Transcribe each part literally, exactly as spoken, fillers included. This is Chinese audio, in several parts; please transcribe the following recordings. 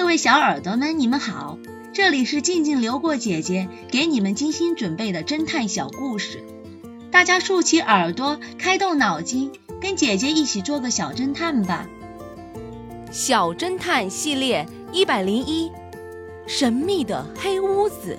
各位小耳朵们，你们好，这里是静静流过姐姐给你们精心准备的侦探小故事，大家竖起耳朵，开动脑筋，跟姐姐一起做个小侦探吧。 小侦探系列一百零一，神秘的黑屋子。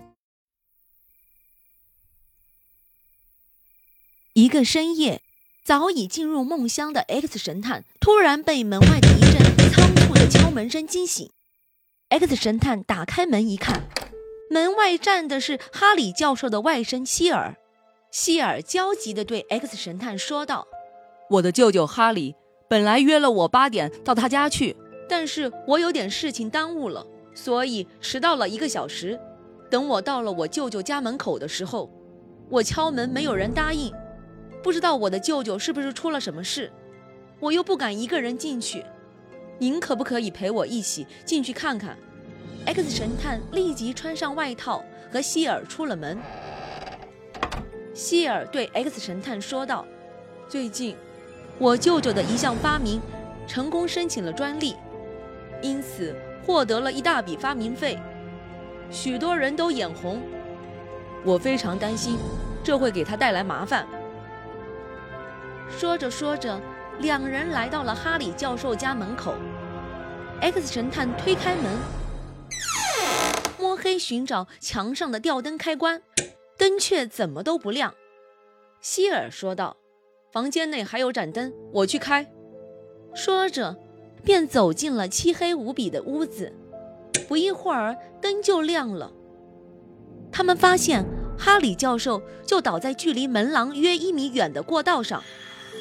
一个深夜，早已进入梦乡的 X 神探突然被门外的一阵仓促的敲门声惊醒。 X 神探打开门一看，门外站的是哈里教授的外甥希尔。希尔焦急地对 X 神探说道：我的舅舅哈里本来约了我八点到他家去，但是我有点事情耽误了，所以迟到了一个小时。等我到了我舅舅家门口的时候，我敲门没有人答应，不知道我的舅舅是不是出了什么事，我又不敢一个人进去，您可不可以陪我一起进去看看？ X 神探立即穿上外套，和希尔出了门。希尔对 X 神探说道：最近我舅舅的一项发明成功申请了专利，因此获得了一大笔发明费，许多人都眼红，我非常担心这会给他带来麻烦。说着说着，两人来到了哈里教授家门口。 X 神探推开门，摸黑寻找墙上的吊灯开关，灯却怎么都不亮。希尔说道：房间内还有盏灯，我去开。说着便走进了漆黑无比的屋子，不一会儿灯就亮了。他们发现哈里教授就倒在距离门廊约一米远的过道上。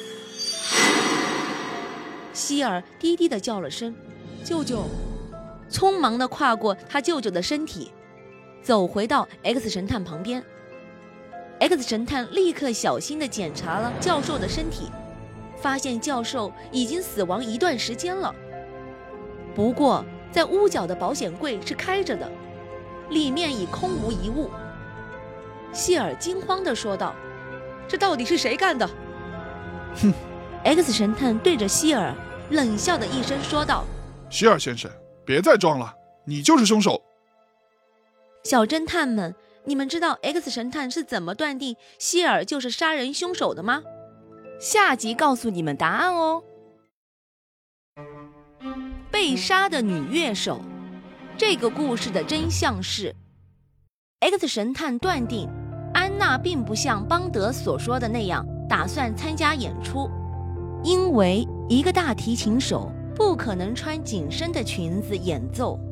希尔低低地叫了声舅舅，匆忙地跨过他舅舅的身体，走回到 X 神探旁边。 X 神探立刻小心地检查了教授的身体，发现教授已经死亡一段时间了。不过在屋角的保险柜是开着的，里面已空无一物。希尔惊慌地说道：这到底是谁干的？ 哼 X 神探对着希尔冷笑的一声说道： 希尔先生，别再装了，你就是凶手。 小侦探们，你们知道 X 神探是怎么断定希尔就是杀人凶手的吗？下集告诉你们答案哦。被杀的女乐手。这个故事的真相是， X 神探断定安娜并不像邦德所说的那样打算参加演出，因为一个大提琴手不可能穿紧身的裙子演奏。